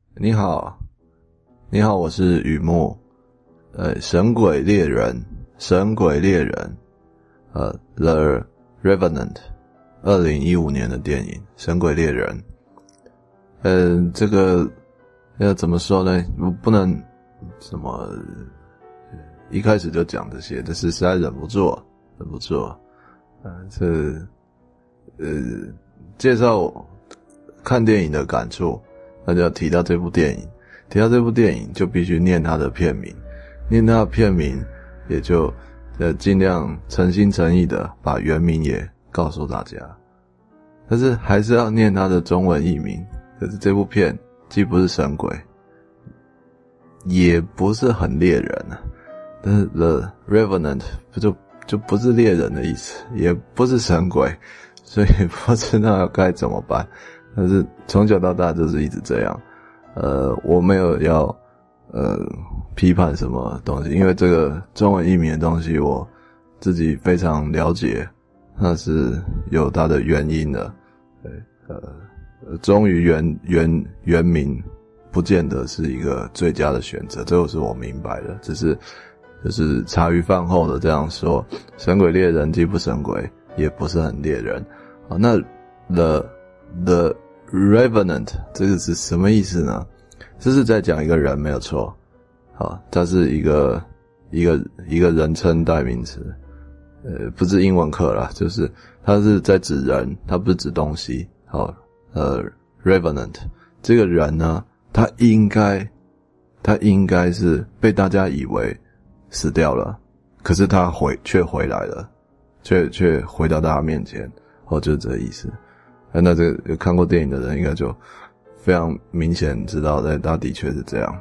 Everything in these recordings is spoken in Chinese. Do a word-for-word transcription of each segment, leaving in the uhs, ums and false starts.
你好，你好，我是雨木，呃，神鬼猎人，神鬼猎人，呃 ，The Revenant， 二零一五年的电影，神鬼猎人。呃，这个要怎么说呢？不能什么一开始就讲这些，但是实在忍不住，忍不住。呃，这呃介绍看电影的感触。那就要提到这部电影，提到这部电影就必须念它的片名，念它的片名也就呃尽量诚心诚意的把原名也告诉大家，但是还是要念它的中文译名。可是这部片既不是神鬼，也不是很猎人啊，但是 The Revenant 就就不是猎人的意思，也不是神鬼，所以不知道该怎么办。但是从小到大就是一直这样，呃，我没有要呃批判什么东西，因为这个中文译名的东西我自己非常了解，那是有它的原因的。对，呃，忠于原原原名不见得是一个最佳的选择，这个是我明白的。只是就是茶余饭后的这样说，神鬼猎人既不神鬼，也不是很猎人。好，那 the The Revenant 这个是什么意思呢？这是在讲一个人，没有错。好，它是一个一个一个人称代名词，呃，不是英文课啦，就是它是在指人，它不是指东西。好，呃 ，Revenant 这个人呢，他应该他应该是被大家以为死掉了，可是他回却回来了，却却回到大家面前。哦，就是这个意思。那这个有看过电影的人应该就非常明显知道，对，他的确是这样。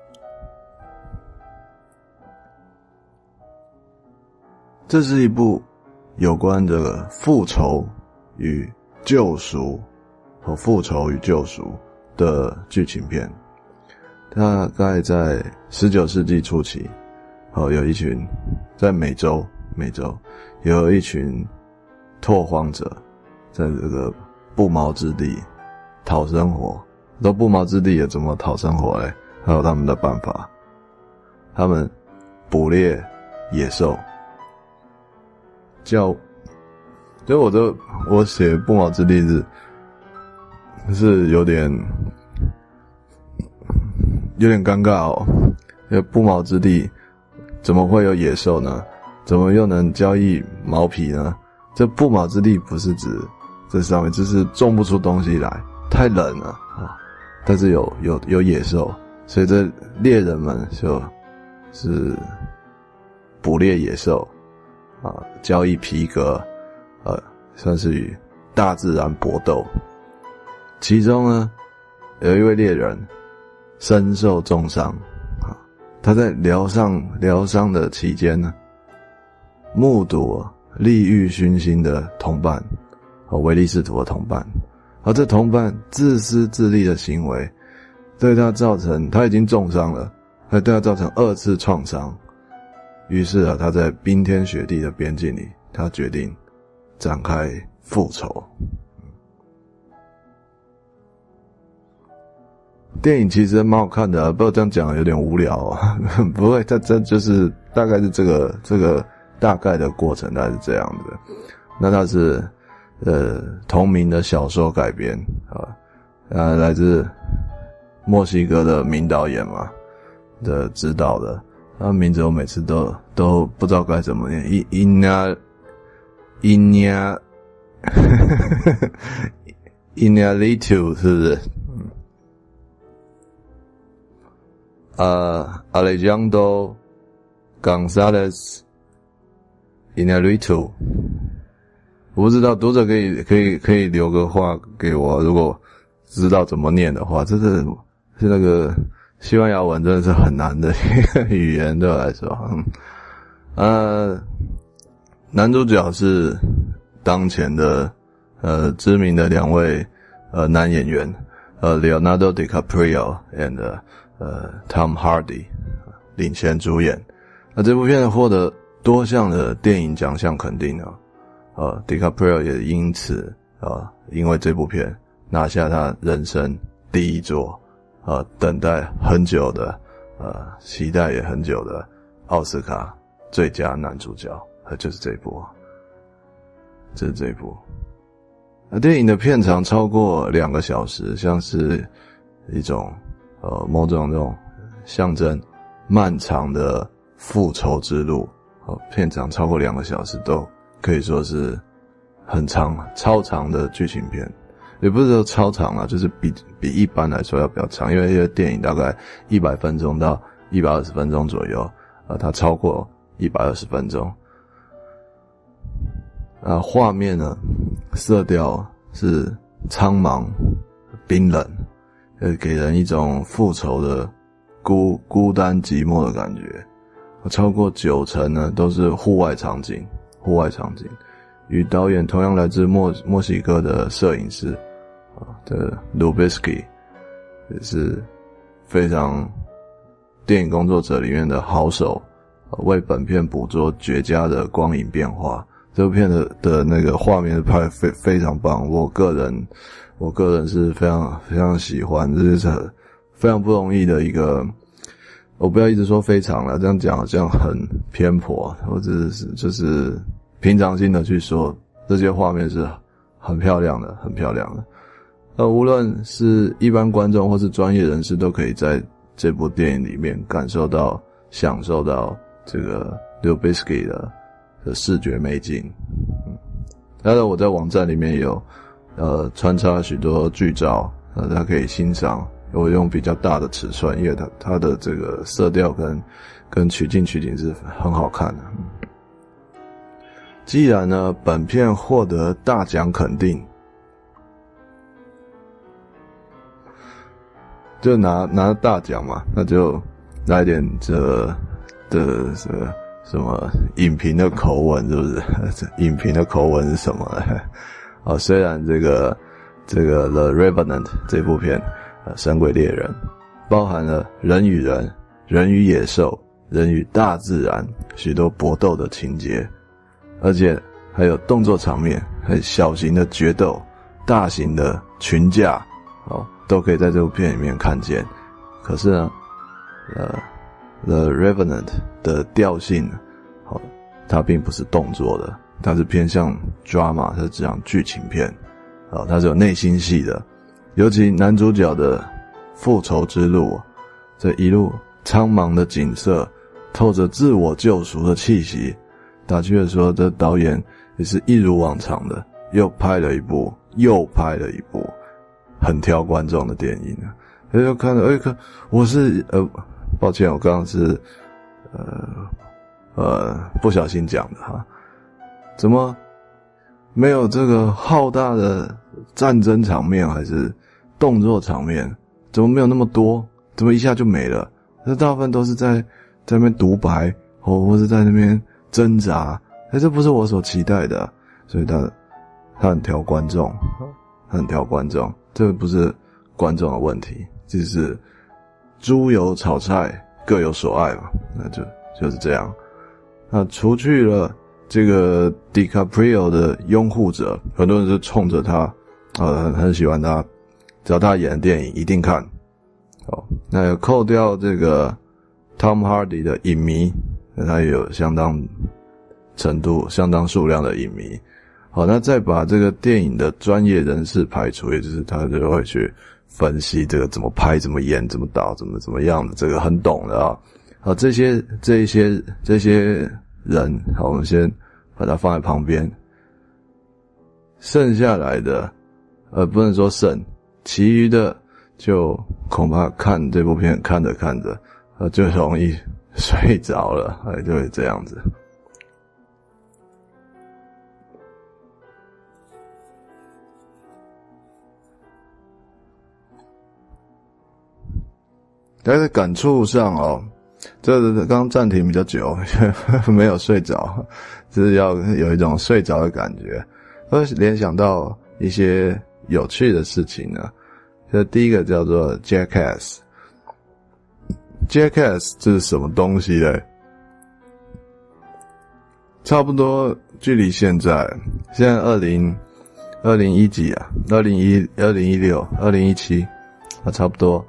这是一部有关这个复仇与救赎和复仇与救赎的剧情片。大概在十九世纪初期，哦，有一群在美洲，美洲有一群拓荒者在这个不毛之地讨生活。都不毛之地也怎么讨生活嘞？还有他们的办法。他们捕猎野兽，叫所以我都我写不毛之地是是有点有点尴尬哦。因为不毛之地怎么会有野兽呢？怎么又能交易毛皮呢？这不毛之地不是指这上面就是种不出东西来，太冷了啊！但是有有有野兽，所以这猎人们就是捕猎野兽啊，交易皮革，呃，算是与大自然搏斗。其中呢，有一位猎人身受重伤啊，他在疗伤疗伤的期间呢，目睹利欲熏心的同伴。唯利是图的同伴，而这同伴自私自利的行为对他造成，他已经重伤了，还对他造成二次创伤。于是啊，他在冰天雪地的边境里，他决定展开复仇。电影其实蛮好看的啊，不过这样讲有点无聊啊。不会，它这就是大概是这个这个大概的过程，大概是这样的。那它是呃，同名的小说改编啊，呃，来自墨西哥的名导演嘛的指导的，他名字我每次都都不知道该怎么念，伊伊纳伊纳伊纳利图是不是？嗯，啊 ，Alejandro González Iñárritu。我不知道读者可以可以可以留个话给我，如果知道怎么念的话，这是是那个西班牙文真的是很难的一个语言对我来说。嗯，呃，男主角是当前的呃知名的两位呃男演员，呃 Leonardo DiCaprio and 呃 Tom Hardy 领衔主演。那这部片获得多项的电影奖项肯定啊。呃 DiCaprio 也因此呃因为这部片拿下他人生第一座呃等待很久的呃期待也很久的奥斯卡最佳男主角，呃就是这一部，就是这一部。呃电影的片长超过两个小时，像是一种呃某种这种象征漫长的复仇之路，呃片长超过两个小时都可以说是很长超长的剧情片。也不是说超长啦，就是比比一般来说要比较长，因为一个电影大概一百分钟到一百二十分钟左右，呃，它超过一百二十分钟。啊，画面呢，色调是苍茫、冰冷，呃，给人一种复仇的孤孤单寂寞的感觉。超过九成呢都是户外场景，户外场景。与导演同样来自墨墨西哥的摄影师的 Lubisky 也是非常电影工作者里面的好手，为本片捕捉绝佳的光影变化。这部片的的那个画面拍得非非常棒，我个人我个人是非常非常喜欢，这是非常不容易的一个，我不要一直说非常啦，这样讲好像很偏颇，或者是就是平常心的去说，这些画面是很漂亮的，很漂亮的。呃，无论是一般观众或是专业人士，都可以在这部电影里面感受到、享受到这个 Lubisky 的的视觉美景。嗯，当然我在网站里面有呃穿插许多剧照，呃，大家可以欣赏。我用比较大的尺寸，因为它它的这个色调跟跟取景取景是很好看的。既然呢，本片获得大奖肯定，就拿拿大奖嘛，那就来点这的这个什么影评的口吻，是不是？影评的口吻是什么呢？啊，虽然这个这个 The Revenant 这部片，呃，神鬼猎人，包含了人与人、人与野兽、人与大自然许多搏斗的情节。而且还有动作场面，还有小型的决斗、大型的群架，哦，都可以在这部片里面看见。可是呢，呃 ，The Revenant 的调性，哦，它并不是动作的，它是偏向 drama， 它是这样剧情片，哦，它是有内心戏的。尤其男主角的复仇之路，这一路苍茫的景色，透着自我救赎的气息。打趣的说，这导演也是一如往常的，又拍了一部，又拍了一部很挑观众的电影啊！所以就看到，哎，看我是呃，抱歉，我刚刚是呃呃不小心讲的哈，怎么没有这个浩大的战争场面还是动作场面？怎么没有那么多？怎么一下就没了？这大部分都是在在那边独白，或或是在那边挣扎，哎，这不是我所期待的，啊，所以他他很挑观众，他很挑观众，这不是观众的问题，这是猪油炒菜各有所爱嘛，那就就是这样。那除去了这个 DiCaprio 的拥护者，很多人就冲着他，呃，很很喜欢他，只要他演的电影一定看。好，那扣掉这个 Tom Hardy 的影迷。他也有相当程度、相当数量的影迷。好，那再把这个电影的专业人士排除，也就是他就会去分析这个怎么拍、怎么演、怎么导、怎么怎么样的，这个很懂的啊。好，这些这一些这些人，好，我们先把它放在旁边。剩下来的，呃，不能说剩，其余的就恐怕看这部片看着看着，呃，就容易睡着了，哎，就会这样子。但是感触上哦，这刚刚暂停比较久，没有睡着，就是要有一种睡着的感觉。会联想到一些有趣的事情呢。这第一个叫做 Jackass。Jackass 这是什么东西嘞？差不多距离现在，现在二零二零一几啊？二零一二零一六二零一七啊，差不多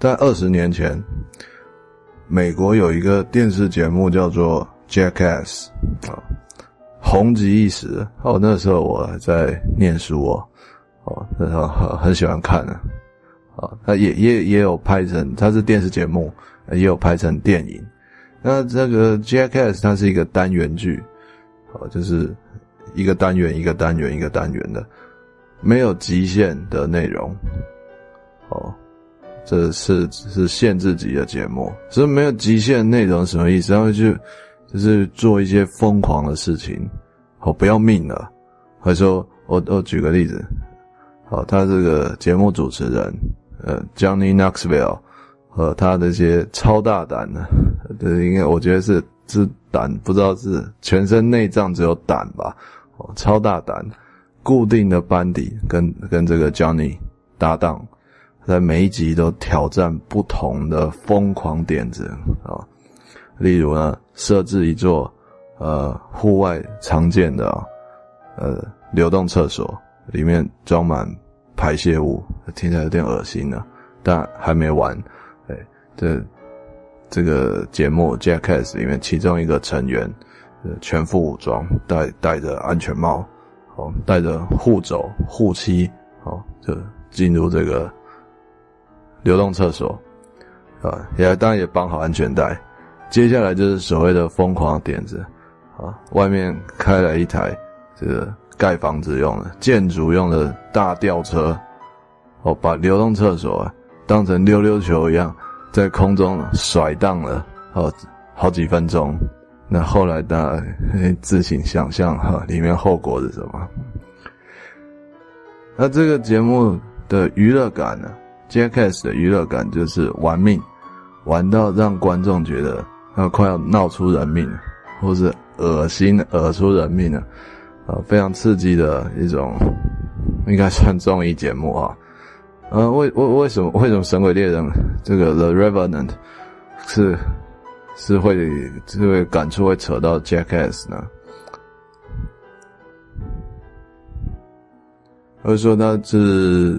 在二十年前，美国有一个电视节目叫做 Jackass 啊，红极一时。哦，那时候我还在念书哦，哦，那时候很很喜欢看的。啊，它也也也有拍成，它是电视节目，也有拍成电影。那这个 Jackass 它是一个单元剧，哦，就是一个单元一个单元一个单元的，没有极限的内容。哦，这是是限制级的节目，所以没有极限的内容什么意思？他会去就是做一些疯狂的事情，哦，不要命了。或者说，我我举个例子，好，他这个节目主持人。呃 ，Johnny Knoxville 和他这些超大胆的，对，应该我觉得是是胆，不知道是全身内脏只有胆吧，哦，超大胆，固定的班底跟跟这个 Johnny 搭档，在每一集都挑战不同的疯狂点子啊，哦，例如呢，设置一座呃户外常见的呃流动厕所，里面装满排泄物，听起来有点恶心了，但还没完。哎，这这个节目 Jackass 里面其中一个成员，呃，全副武装，戴戴着安全帽，哦，带着护肘、护膝，哦，就进入这个流动厕所，啊，也当然也绑好安全带。接下来就是所谓的疯狂的点子，啊，外面开了一台这个盖房子用的、建筑用的大吊车，哦，把流动厕所啊当成溜溜球一样，在空中甩荡了哦好几分钟。那后来大家自行想象哈，里面后果是什么？那这个节目的娱乐感呢 ？Jackass 的娱乐感就是玩命，玩到让观众觉得啊快要闹出人命了，或是恶心恶出人命了。啊，非常刺激的一种，应该算综艺节目啊。呃，为为为什么为什么神鬼猎人这个 The Revenant 是是会是会感触会扯到 Jackass 呢？或者说它是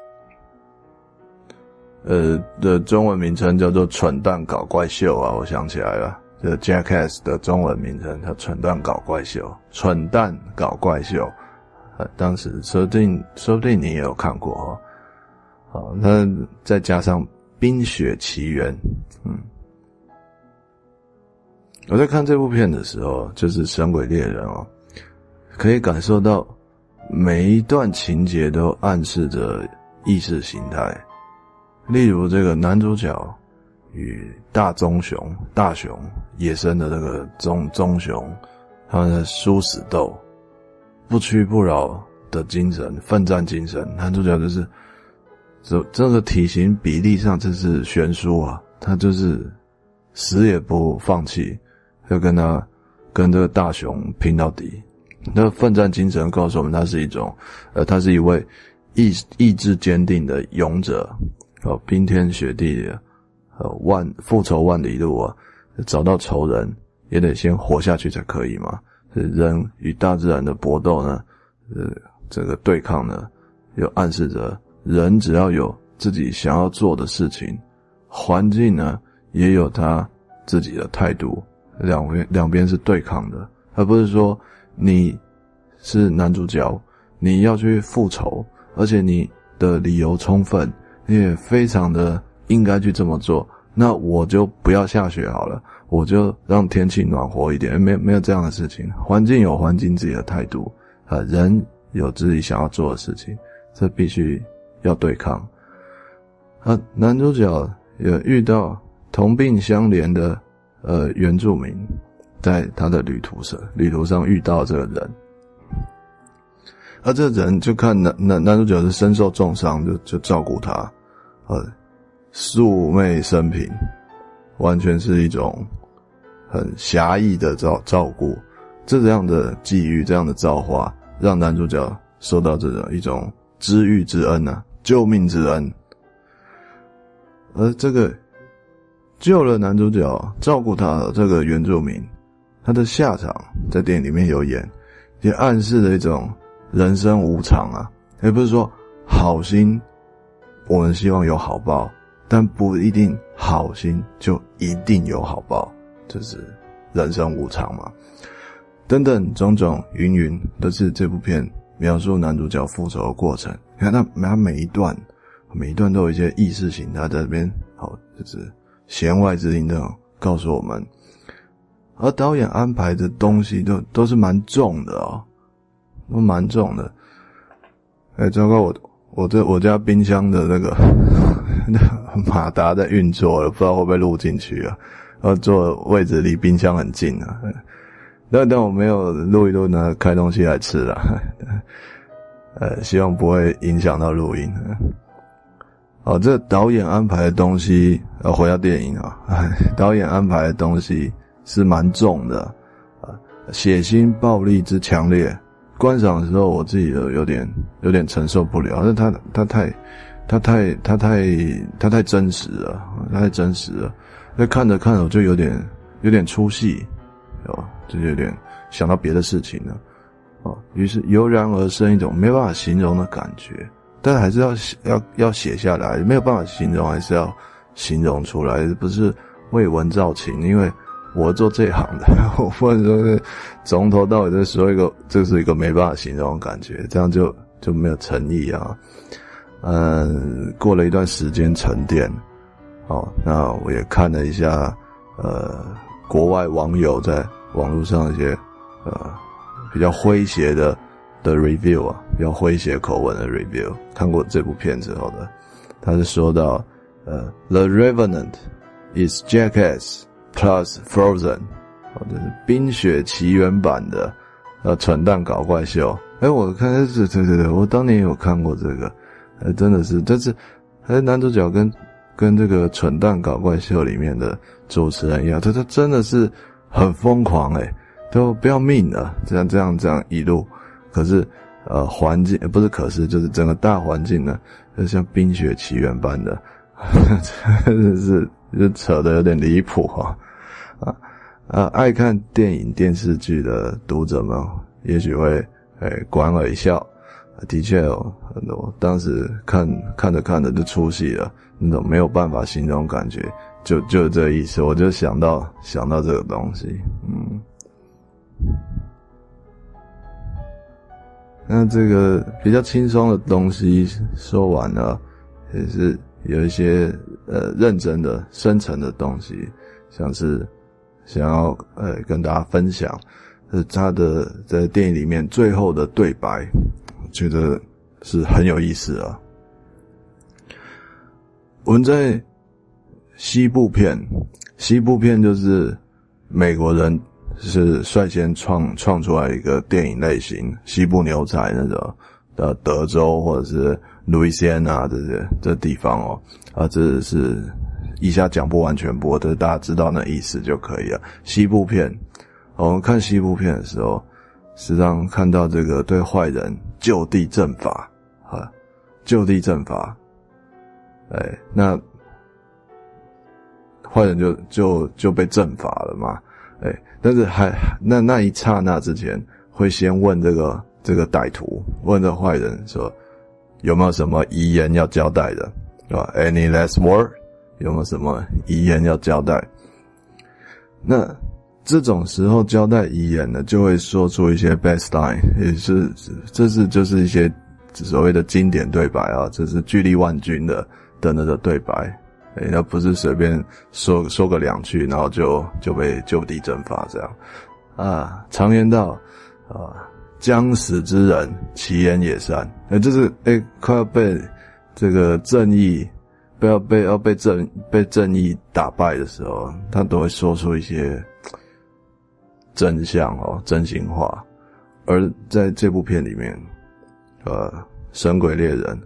呃的中文名称叫做蠢蛋搞怪秀啊，我想起来了。这 Jackass 的中文名称叫蠢蛋搞怪秀，蠢蛋搞怪秀，呃，当时说不定说不定你也有看过哦。好，那再加上冰雪奇缘，嗯，我在看这部片的时候，就是神鬼猎人哦，可以感受到每一段情节都暗示着意识形态，例如这个男主角与大棕熊、大熊、野生的这个棕棕熊，他们的殊死斗、不屈不挠的精神、奋战精神，男主角就是这这个体型比例上真是悬殊啊，他就是死也不放弃，要跟他跟这个大熊拼到底。那个奋战精神告诉我们，他是一种呃，他是一位意意志坚定的勇者，哦，冰天雪地的。呃，万复仇万里路啊，找到仇人也得先活下去才可以嘛。人与大自然的搏斗呢，呃，这个对抗呢，又暗示着人只要有自己想要做的事情，环境呢也有他自己的态度，两边两边是对抗的，而不是说你是男主角，你要去复仇，而且你的理由充分，你也非常的应该去这么做，那我就不要下雪好了，我就让天气暖和一点，没没有这样的事情。环境有环境自己的态度，啊，人有自己想要做的事情，这必须要对抗。啊，男主角也遇到同病相怜的呃原住民，在他的旅途上旅途上遇到这个人，而这个人就看男男男主角是身受重伤，就就照顾他，呃。素昧生平，完全是一种很狭义的照照顾。这样的际遇，这样的造化，让男主角受到这种一种知遇之恩啊，救命之恩。而这个救了男主角，照顾他的这个原住民，他的下场在电影里面有演，也暗示了一种人生无常啊，也不是说好心，我们希望有好报。 但不一定好心就一定有好报，就是人生无常嘛。等等种种云云，都是这部片描述男主角复仇的过程。你看他他每一段每一段都有一些意识形态在这边，好，就是弦外之音这种告诉我们。而导演安排的东西都都是蛮重的哦，都蛮重的。哎、欸，糟糕，我我这我家冰箱的那个马达在运作了，不知道会不会录进去啊？然后坐位置离冰箱很近啊，但但我没有录一录呢，开东西来吃啦。呃，希望不会影响到录音。哦，这导演安排的东西，呃，回到电影啊，导演安排的东西是蛮重的，啊，血腥暴力之强烈，观赏的时候我自己都有点有点承受不了，但他他太他太他太他太真实了，他太真实了，那看着看着我就有点有点出戏，哦，就有点想到别的事情了，哦，于是油然而生一种没办法形容的感觉。但还是要要要写下来，没有办法形容，还是要形容出来，不是为文造情。因为我做这行的，我不能说是从头到尾在说一个，这是一个没办法形容的感觉，这样就就没有诚意啊。嗯，过了一段时间沉淀，哦，那我也看了一下，呃，国外网友在网络上一些呃比较诙谐的。的 review 啊，比较诙谐口吻的 review， 看过这部片之后的，他是说到，呃 ，The Revenant is Jackass plus Frozen， 哦，这是《冰雪奇缘》版的，呃，蠢蛋搞怪秀。哎，我看是，对对对，我当年有看过这个，呃，真的是，但是，哎，男主角跟跟这个蠢蛋搞怪秀里面的主持人一样，他他真的是很疯狂，哎，都不要命了，这样这样这样一路。可是，呃，环境不是，可是就是整个大环境呢，就像《冰雪奇缘》般的，真的是就扯得有点离谱哈啊啊！爱看电影电视剧的读者们，也许会诶莞尔一笑。的确哦，我当时看看着看着就出戏了，那种没有办法形容感觉，就就这意思。我就想到想到这个东西，嗯。那这个比较轻松的东西说完了，也是有一些呃认真的深层的东西，像是想要呃跟大家分享，是他的在电影里面最后的对白，我觉得是很有意思啊。我们在西部片，西部片就是美国人。是率先创创出来一个电影类型，西部牛仔那种的德州或者是路易斯安那这些这地方哦，啊，这是以下讲不完全部，但是大家知道那意思就可以了。西部片，我们看西部片的时候，实际上看到这个对坏人就地正法啊，就地正法，哎，那坏人就就就被正法了嘛。哎，但是还那那一刹那之前，会先问这个这个歹徒，问这坏人说有没有什么遗言要交代的，是吧 ？Any last word？ 有没有什么遗言要交代？那这种时候交代遗言呢，就会说出一些 best line， 也是这是就是一些所谓的经典对白啊，这是巨力万钧的的那个对白。诶，那不是随便说说个两句，然后就就被就地正法这样啊。常言道啊，将死之人，其言也善。诶，就是诶，快要被这个正义，不要被要被正被正义打败的时候，他都会说出一些真相哦，真心话。而在这部片里面，呃，神鬼猎人。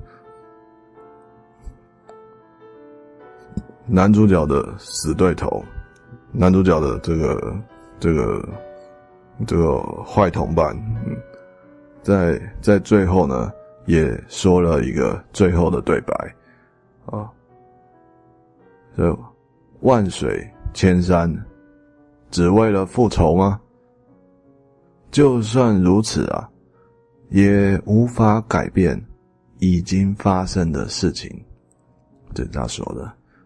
男主角的死对头，男主角的这个这个这个坏同伴，嗯，在在最后呢，也说了一个最后的对白啊，就万水千山，只为了复仇吗？就算如此啊，也无法改变已经发生的事情。这是他说的。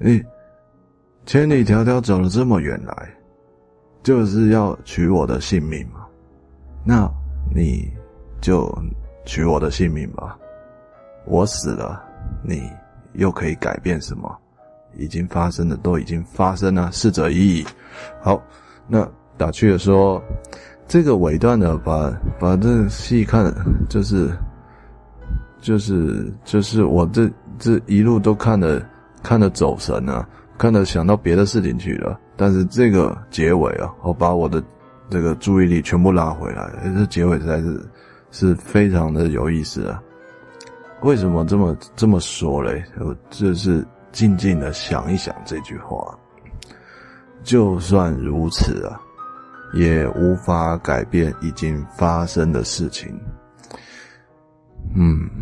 你千里迢迢走了这么远来，就是要取我的性命嘛？那你就取我的性命吧。我死了，你又可以改变什么？已经发生的都已经发生了，逝者已矣。好，那打趣的说，这个尾段的把把这个戏看，就是就是就是我这这一路都看得看得走神啊，看得想到别的事情去了。但是这个结尾啊，我把我的这个注意力全部拉回来，这结尾实在是是非常的有意思啊。为什么这么这么说嘞？我就是静静的想一想这句话。就算如此啊，也无法改变已经发生的事情。嗯，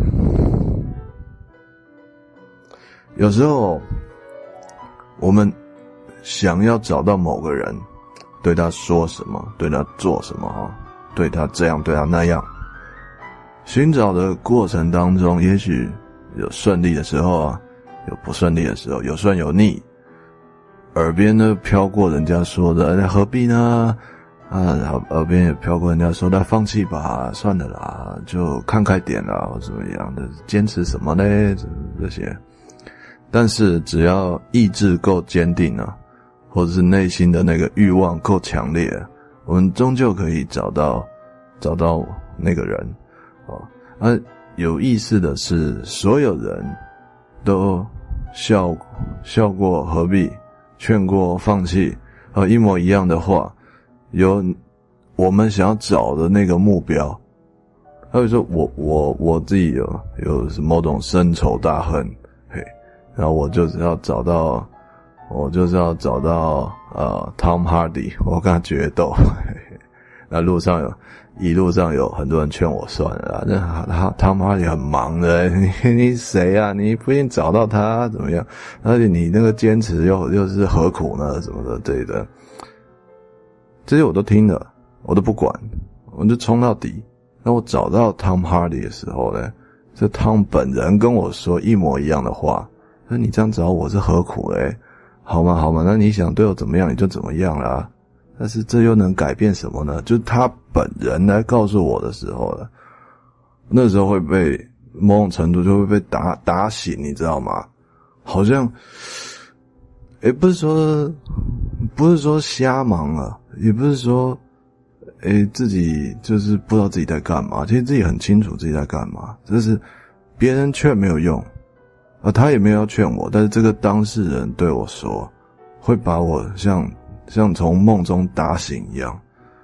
有时候我们想要找到某个人，对他说什么，对他做什么，对他这样对他那样，寻找的过程当中，也许有顺利的时候啊，有不顺利的时候，有顺有逆，耳边呢飘过人家说的，哎，何必呢？啊，耳边也飘过人家说的，放弃吧，算了啦，就看开点啦，或怎么样的，坚持什么呢？这些。但是只要意志够坚定啊，或者是内心的那个欲望够强烈，我们终究可以找到找到那个人哦。而、啊、有意思的是，所有人都笑笑过何必，劝过放弃，和一模一样的话，有我们想要找的那个目标。还有说我我我自己有有某种深仇大恨，嘿。然后我就是要找到，我就是要找到呃 Tom Hardy， 我跟他决斗。那路上有，一路上有很多人劝我算了啦，那他 Tom Hardy 很忙的，你你谁啊？你不一定找到他怎么样？而且你那个坚持又又是何苦呢？什么的这的，这些我都听了，我都不管，我就冲到底。那我找到 Tom Hardy 的时候呢，这 Tom 本人跟我说一模一样的话。那你这样找我是何苦嘞？好嘛好嘛，那你想对我怎么样你就怎么样啦。但是这又能改变什么呢？就是他本人来告诉我的时候了，那时候会被某种程度就会被打打醒，你知道吗？好像，诶，不是说不是说瞎忙啊，也不是说诶自己就是不知道自己在干嘛，其实自己很清楚自己在干嘛，就是别人劝没有用。啊，他也没有要劝我，但是这个当事人对我说，会把我像像从梦中打醒一样。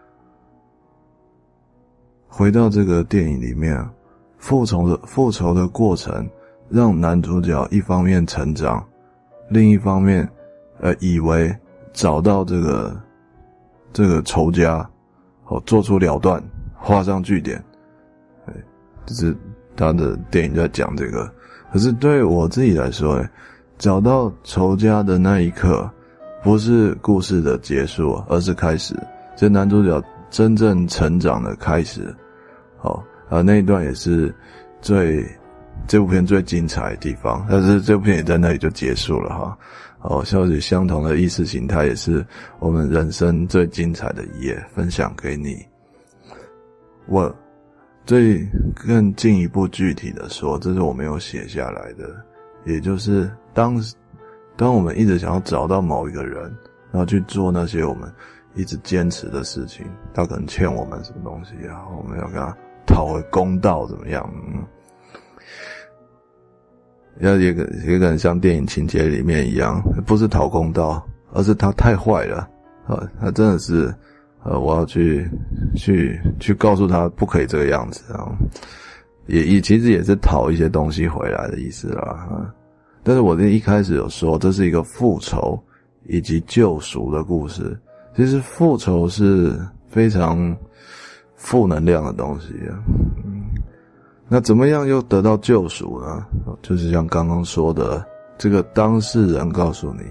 回到这个电影里面，复仇的复仇的过程，让男主角一方面成长，另一方面，呃，以为找到这个这个仇家，哦，做出了断，画上句点。哎，就是他的电影在讲这个。可是对我自己来说，找到仇家的那一刻，不是故事的结束，而是开始。这男主角真正成长的开始。好，啊，那一段也是最这部片最精彩的地方。但是这部片也在那里就结束了哈。哦，消息相同的意识形态也是我们人生最精彩的一页，分享给你。我。最更进一步具体的说，这是我没有写下来的，也就是当当我们一直想要找到某一个人，然后去做那些我们一直坚持的事情，他可能欠我们什么东西啊，我们要跟他讨回公道怎么样？嗯，要也可也可能像电影情节里面一样，不是讨公道，而是他太坏了啊，他真的是。呃，我要去去去告诉他不可以这个样子啊，也也其实也是讨一些东西回来的意思啦。啊、但是我一开始有说，这是一个复仇以及救赎的故事。其实复仇是非常负能量的东西啊。嗯，那怎么样又得到救赎呢？就是像刚刚说的，这个当事人告诉你，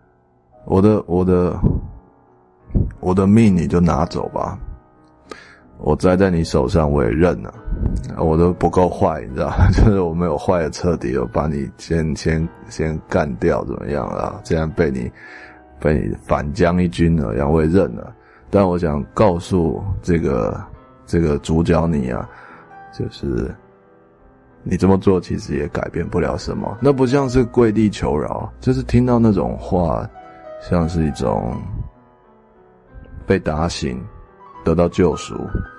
我的我的。我的命你就拿走吧， 我栽在你手上我也认了，我都不够坏，你知道就是我没有坏的彻底，我把你先先先干掉怎么样啊？这样被你被你反将一军了，然后我也认了。但我想告诉这个这个主角你啊，就是你这么做其实也改变不了什么，那不像是跪地求饶，就是听到那种话像是一种被打醒得到救赎。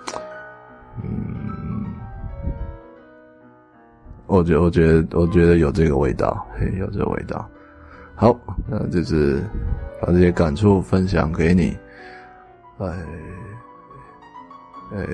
嗯，我觉得我觉得我觉得有这个味道，嘿，有这个味道。好，那就是把这些感触分享给你。哎哎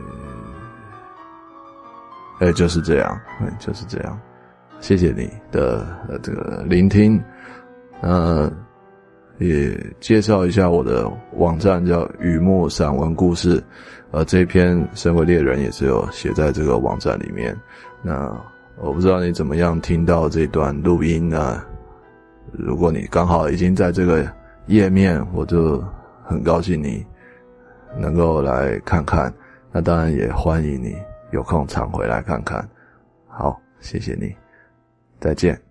哎，就是这样，哎，就是这样。谢谢你的呃这个聆听。呃也介绍一下我的网站，叫雨墨散文故事，呃，这篇《神鬼猎人》也是有写在这个网站里面。那我不知道你怎么样听到这段录音呢？如果你刚好已经在这个页面，我就很高兴你能够来看看。那当然也欢迎你有空常回来看看。好，谢谢你，再见。